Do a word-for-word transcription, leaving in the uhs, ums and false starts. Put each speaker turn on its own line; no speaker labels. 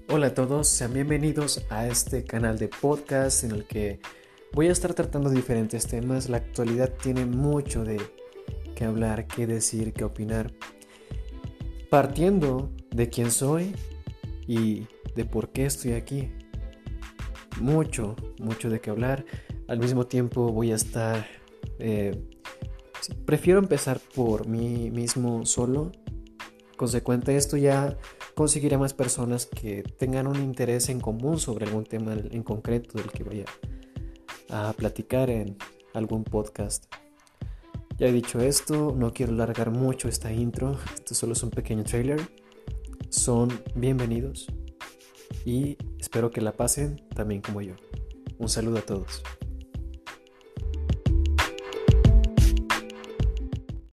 Hola a todos, sean bienvenidos a este canal de podcast en el que voy a estar tratando diferentes temas. La actualidad tiene mucho de qué hablar, qué decir, qué opinar. Partiendo de quién soy y de por qué estoy aquí. Mucho, mucho de qué hablar. Al mismo tiempo voy a estar... Eh, prefiero empezar por mí mismo solo. Consecuente a esto ya conseguiré más personas que tengan un interés en común sobre algún tema en concreto del que vaya a platicar en algún podcast. Ya he dicho esto, no quiero alargar mucho esta intro, esto solo es un pequeño trailer. Son bienvenidos y espero que la pasen también como yo. Un saludo a todos.